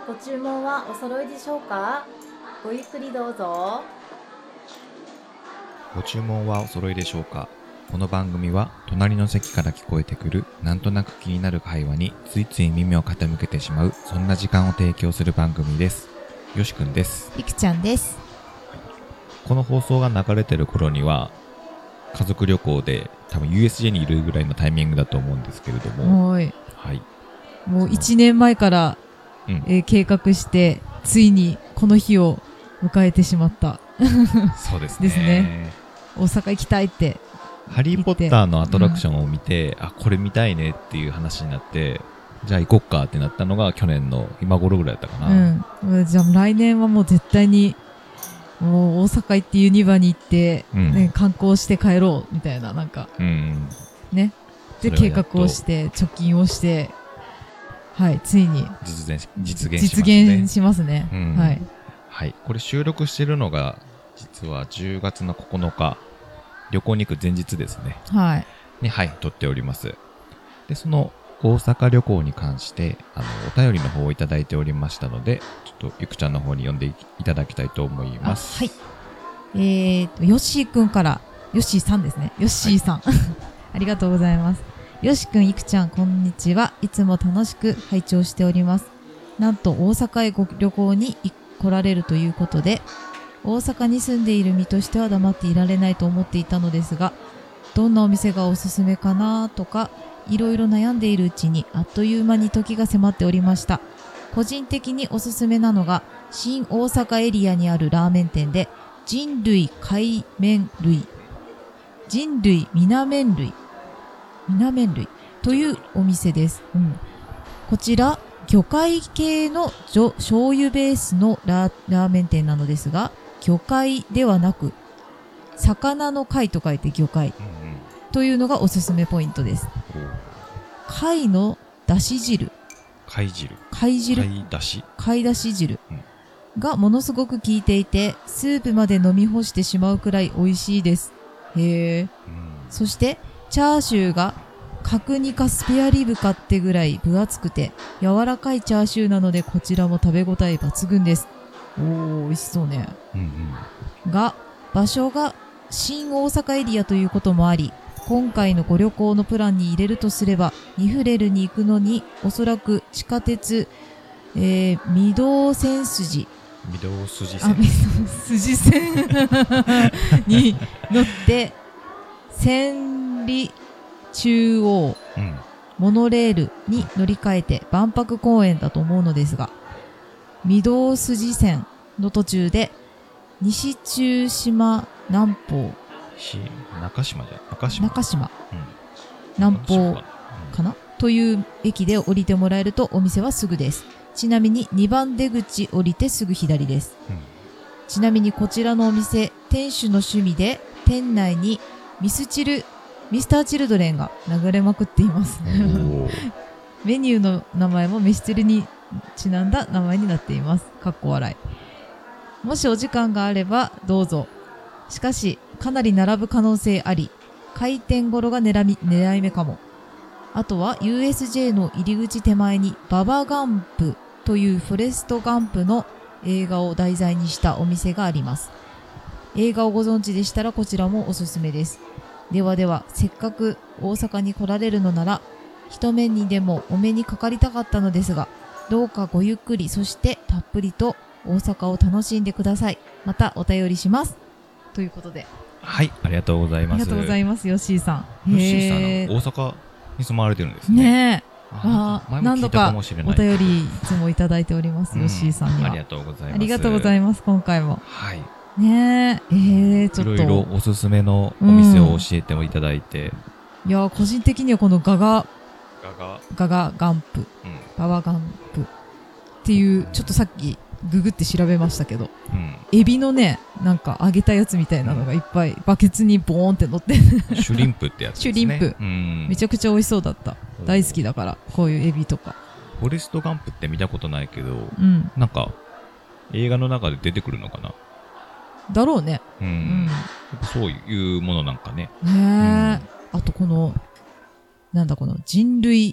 ご注文はお揃いでしょうか？ごゆっくりどうぞ。 ご注文はお揃いでしょうか？この番組は隣の席から聞こえてくるなんとなく気になる会話についつい耳を傾けてしまう、そんな時間を提供する番組です。よしくんです。 いくちゃんです。 この放送が流れてる頃には家族旅行で多分 USJ にいるぐらいのタイミングだと思うんですけれども、 はい、 はい、 もう1年前から、計画してついにこの日を迎えてしまったそうですね。 ですね。大阪行きたいってハリーポッターのアトラクションを見て、あ、これ見たいねっていう話になって、じゃあ行こっかってなったのが去年の今頃ぐらいだったかな。 じゃあ来年はもう絶対にもう大阪行ってユニバに行って、観光して帰ろうみたいな、なんか、ね。で計画をして貯金をして、はい、ついに実現しますね。はい、 はい、これ収録してるのが実は10月の9日旅行に行く前日ですね。 はい。 に、はい、撮っております。で、その大阪旅行に関してお便りの方をいただいておりましたので、ちょっとゆくちゃんの方に読んでいただきたいと思います。 はい。ヨッシーくんから、ヨッシーさんですね。ヨッシーさん、はい、ありがとうございます。よしくん、いくちゃん、こんにちは。いつも楽しく拝聴しております。なんと大阪へご旅行に来られるということで、大阪に住んでいる身としては黙っていられないと思っていたのですが、どんなお店がおすすめかなとかいろいろ悩んでいるうちにあっという間に時が迫っておりました。個人的におすすめなのが新大阪エリアにあるラーメン店で人類海麺類皆麺類というお店です。こちら魚介系の醤油ベースのラーメン店なのですが、魚介ではなく魚の貝と書いて魚介というのがおすすめポイントです。貝のだし汁、貝だし汁がものすごく効いていて、スープまで飲み干してしまうくらい美味しいです。へー。そしてチャーシューが角煮かスペアリブかってぐらい分厚くて柔らかいチャーシューなので、こちらも食べ応え抜群です。美味しそうね。が場所が新大阪エリアということもあり、今回のご旅行のプランに入れるとすれば、ニフレルに行くのにおそらく地下鉄、御堂線筋に乗って千里中央、モノレールに乗り換えて万博公園だと思うのですが、御堂筋線の途中で西中島南方中島、南方かなという駅で降りてもらえるとお店はすぐです。ちなみに2番出口降りてすぐ左です。ちなみにこちらのお店、店主の趣味で店内にミスターチルドレンが流れまくっていますメニューの名前もミスチルにちなんだ名前になっています。かっこ笑い。もしお時間があればどうぞ。しかしかなり並ぶ可能性あり、開店頃が狙い目かも。あとは USJ の入り口手前にババガンプというフォレストガンプの映画を題材にしたお店があります。映画をご存知でしたらこちらもおすすめです。ではでは、せっかく大阪に来られるのなら一目にでもお目にかかりたかったのですが、どうかごゆっくり、そしてたっぷりと大阪を楽しんでください。またお便りしますということで、 はい、ありがとうございます。 ありがとうございます。ヨッシーさん、 ヨッシーさん大阪に住まわれてるんですね。 ねえ、何度かお便りいつもいただいております。ヨッシーさんにはありがとうございます。 ありがとうございます。今回も、 はい、 ねえ、ちょっといろいろおすすめのお店を教えてもいただいて、 いや個人的にはこのガガガンプ、ババガンプっていうちょっとさっきググって調べましたけど、エビのね、なんか揚げたやつみたいなのがいっぱいバケツにボーンって乗ってシュリンプってやつですね。 シュリンプ、めちゃくちゃ美味しそうだった。大好きだからこういうエビとか。 フォレストガンプって見たことないけど、なんか映画の中で出てくるのかな。 だろうね。 そういうものなんかね。 あとこのなんだこの人類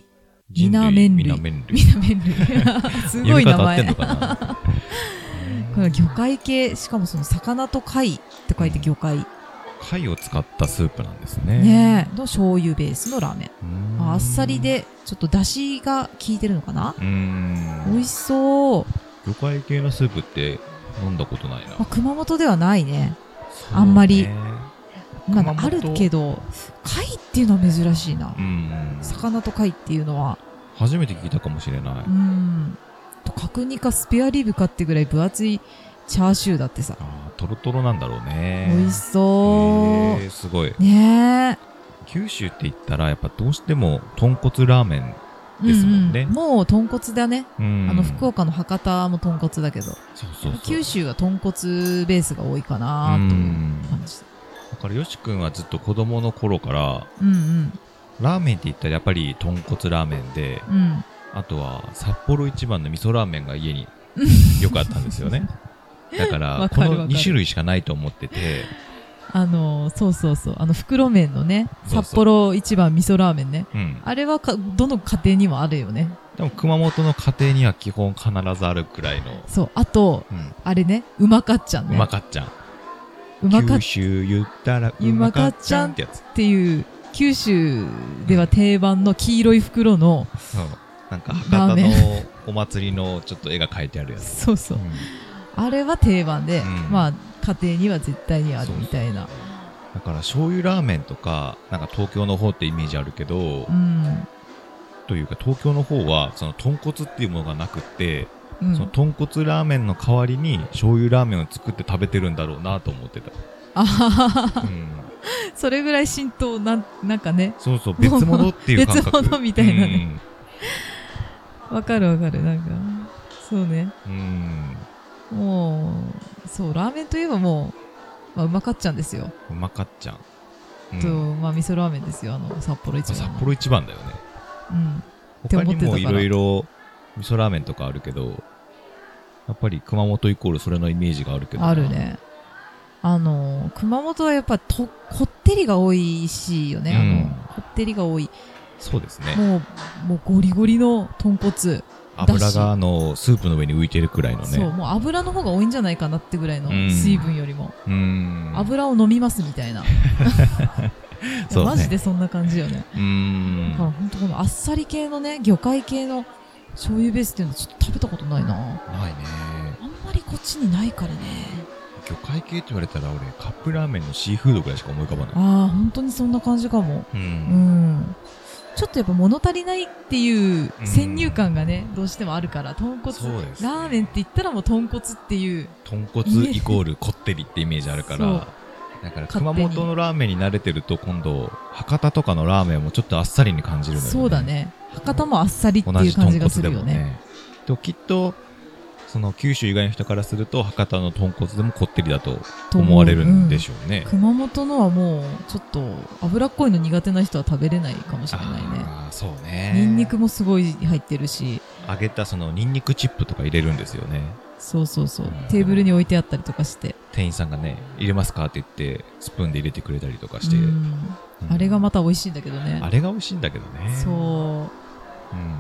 みな麺類。 みな麺類。 みな麺類。すごい名前。 呼び方合ってんのかなこれ魚介系、しかもその魚と貝って書いて魚介。 貝を使ったスープなんですね。 ねえ。の醤油ベースのラーメン。 うーんあっさりで、ちょっと出汁が効いてるのかな。美美味しそう。 魚介系のスープって飲んだことないな。 まあ、熊本ではないね。 そうねあんまり。まあ、 熊本あるけど、貝っていうのは珍しいな。 うん。 魚と貝っていうのは。 初めて聞いたかもしれない。 角煮かスペアリブかってぐらい分厚いチャーシューだってさ。 あートロトロなんだろうね。 美味しそう。 すごい。 ねえ。 九州って言ったらやっぱどうしても豚骨ラーメンですもんね。 もう豚骨だね。 うん福岡の博多も豚骨だけど、 そうそうそう。 九州は豚骨ベースが多いかなという感じ。 だからよし君はずっと子供の頃からうんラーメンって言ったらやっぱり豚骨ラーメンで、 うんうんあとは札幌一番の味噌ラーメンが家によくあったんですよね。だからこのわかるわかる 2種類しかないと思ってて、 そう袋麺のね、 そうそう札幌一番味噌ラーメンね。 うん。 あれはどの家庭にもあるよね。 でも熊本の家庭には基本必ずあるくらいの、 そう。あと、 うんあれね、うまかっちゃんね。 うまかっちゃん。 うまかっ九州言ったらうまかっちゃんってやつ。 ていう、九州では定番の黄色い袋の、 そうなんかラーメ博多のンお祭りのちょっと絵が描いてあるやつ。 そうそう。あれは定番で、 うんまあ、家庭には絶対にあるみたいな。 だから醤油ラーメンとか、なんか東京の方ってイメージあるけど、 うん。 というか東京の方はその豚骨っていうものがなくって、 うんその豚骨ラーメンの代わりに醤油ラーメンを作って食べてるんだろうなと思ってた。 あはははうん、 それぐらい浸透なんかね、 そうそう、別物っていう感覚。 別物みたいなねわかるわかる、なんか、そうね。もう、そう、ラーメンといえばもう、まあ、うまかっちゃんですよ。 うまかっちゃん。うんと、まあ、味噌ラーメンですよ、札幌一番の。 札幌一番だよね。 うん。って他思ってたからにもいろいろ味噌ラーメンとかあるけど、やっぱり熊本イコールそれのイメージがあるけどな。 あるね。熊本はやっぱこってりが多いしよね。こってりが多い。 そうですね。 もうゴリゴリの豚骨。 油がスープの上に浮いてるくらいのね。 そう、もう油の方が多いんじゃないかなってぐらいの水分よりも。油を飲みますみたいな。 そうね、 マジでそんな感じよね。 だから本当このあっさり系のね、魚介系の醤油ベースっていうのちょっと食べたことないな。 ないね。 あんまりこっちにないからね。 魚介系って言われたら俺カップラーメンのシーフードぐらいしか思い浮かばない。 ああ、本当にそんな感じかも。ちょっとやっぱ物足りないっていう先入観がね、どうしてもあるから、豚骨、ラーメンって言ったらもう豚骨っていう。 豚骨イコールこってりってイメージあるから、だから熊本のラーメンに慣れてると今度、博多とかのラーメンもちょっとあっさりに感じるのよね。 そうだね。博多もあっさりっていう感じがするよね。 ときっと、その九州以外の人からすると博多の豚骨でもこってりだと思われるんでしょうね。 熊本のはもうちょっと脂っこいの苦手な人は食べれないかもしれないね。 ああ、そうね。 ニンニクもすごい入ってるし、 揚げたそのニンニクチップとか入れるんですよね。 そうそうそう。テーブルに置いてあったりとかして、 店員さんがね、入れますかって言ってスプーンで入れてくれたりとかして、 あれがまた美味しいんだけどね。 あれが美味しいんだけどね。 そう。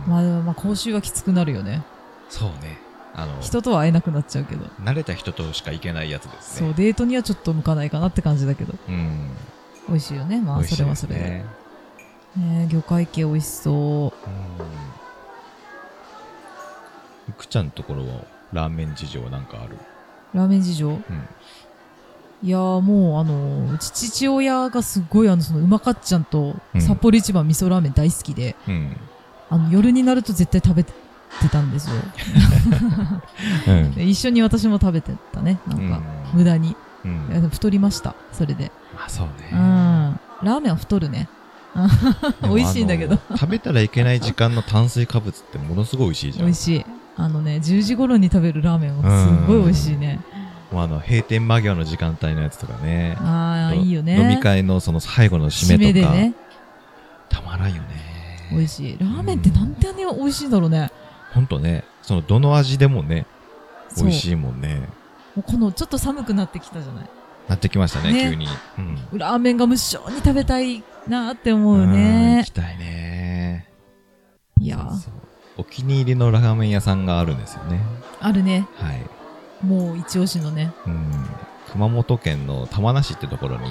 まあ口臭はきつくなるよね。 そうね。 人とは会えなくなっちゃうけど、 慣れた人としか行けないやつですね。 そう、デートにはちょっと向かないかなって感じだけど、美味しいよね。まあそれはそれでね。魚介系美味しそう。 いくちゃんのところはラーメン事情はなんかある？ ラーメン事情？いやーもう父親がすごいそのうまかっちゃんと札幌一番味噌ラーメン大好きで、夜になると絶対食べてたんですよ。一緒に私も食べてたね。なんか無駄に、太りましたそれで。 あ、そうね。 ラーメンは太るね。美味しいんだけど。 食べたらいけない時間の炭水化物ってものすごい美味しいじゃん。 美味しい。10時頃に食べるラーメンはすごい美味しいね。 もう閉店間際の時間帯のやつとかね。 ああ、いいよね。 飲み会のその最後の締めとか。ね、たまらんよね。 美味しい。ラーメンってなんて美味しいんだろうね。 ほんとね。どの味でもね、美味しいもんね。 もうこのちょっと寒くなってきたじゃない。 なってきましたね、急に。 ラーメンが無性に食べたいなって思うね。 行きたいね。 いやそうお気に入りのラーメン屋さんがあるんですよね。 あるね。 はい。 もう一押しのね。 熊本県の玉名市ってところに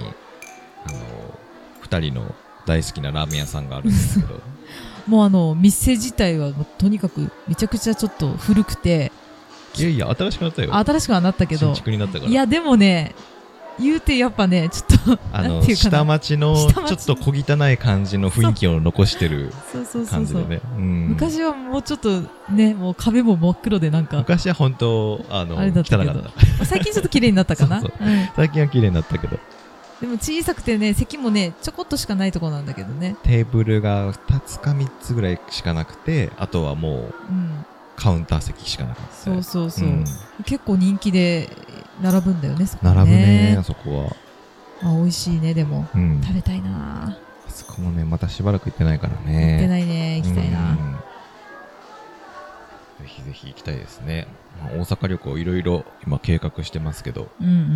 2人の大好きなラーメン屋さんがあるんですけどもう店自体はとにかくめちゃくちゃちょっと古くて、 いやいや新しくなったよ。 新しくはなったけど、 新築になったから。 いやでもね、言うてやっぱね、ちょっとなんていうかな、 下町のちょっと小汚い感じの雰囲気を残してる感じでね。 昔はもうちょっとね、もう壁も真っ黒でなんか、 昔は本当あれだったけど、 汚かった。 最近ちょっと綺麗になったかな。 そう最近は綺麗になったけど、 でも小さくてね、席もねちょこっとしかないところなんだけどね。 テーブルが2つか3つぐらいしかなくて、あとはもうカウンター席しかなかった。 そう、結構人気で並ぶんだよね、そこね。 並ぶね、あそこは。 美味しいね。でも、食べたいな。 あそこもね、またしばらく行ってないからね。 行ってないね、行きたいな。 ぜひぜひ行きたいですね。大阪旅行いろいろ今計画してますけど、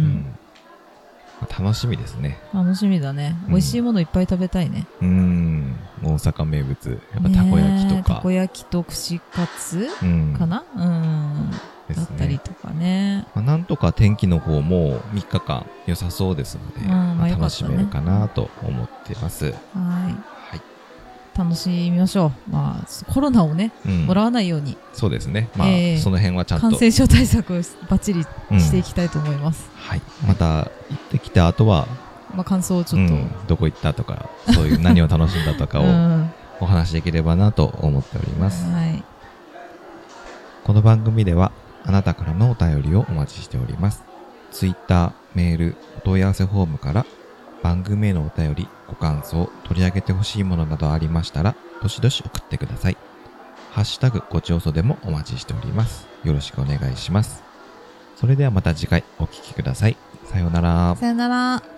楽しみですね。 楽しみだね。美味しいものいっぱい食べたいね。 大阪名物、やっぱたこ焼きとか。 たこ焼きと串カツかな、だったりとかね。 なんとか天気の方も3日間良さそうですので、楽しめるかなと思ってます。 はい。楽しみましょう。コロナをね、もらわないように。 そうですね。その辺はちゃんと感染症対策をバッチリしていきたいと思います。 はい。また行ってきた後は、 感想をちょっと、 どこ行ったとか、そういう何を楽しんだとかをお話しできればなと思っております。この番組ではあなたからのお便りをお待ちしております。Twitter、メール、お問い合わせフォームから番組へのお便り、ご感想、取り上げてほしいものなどありましたら、どしどし送ってください。ハッシュタグごちおそでもお待ちしております。よろしくお願いします。それではまた次回お聞きください。さようなら。 さようなら。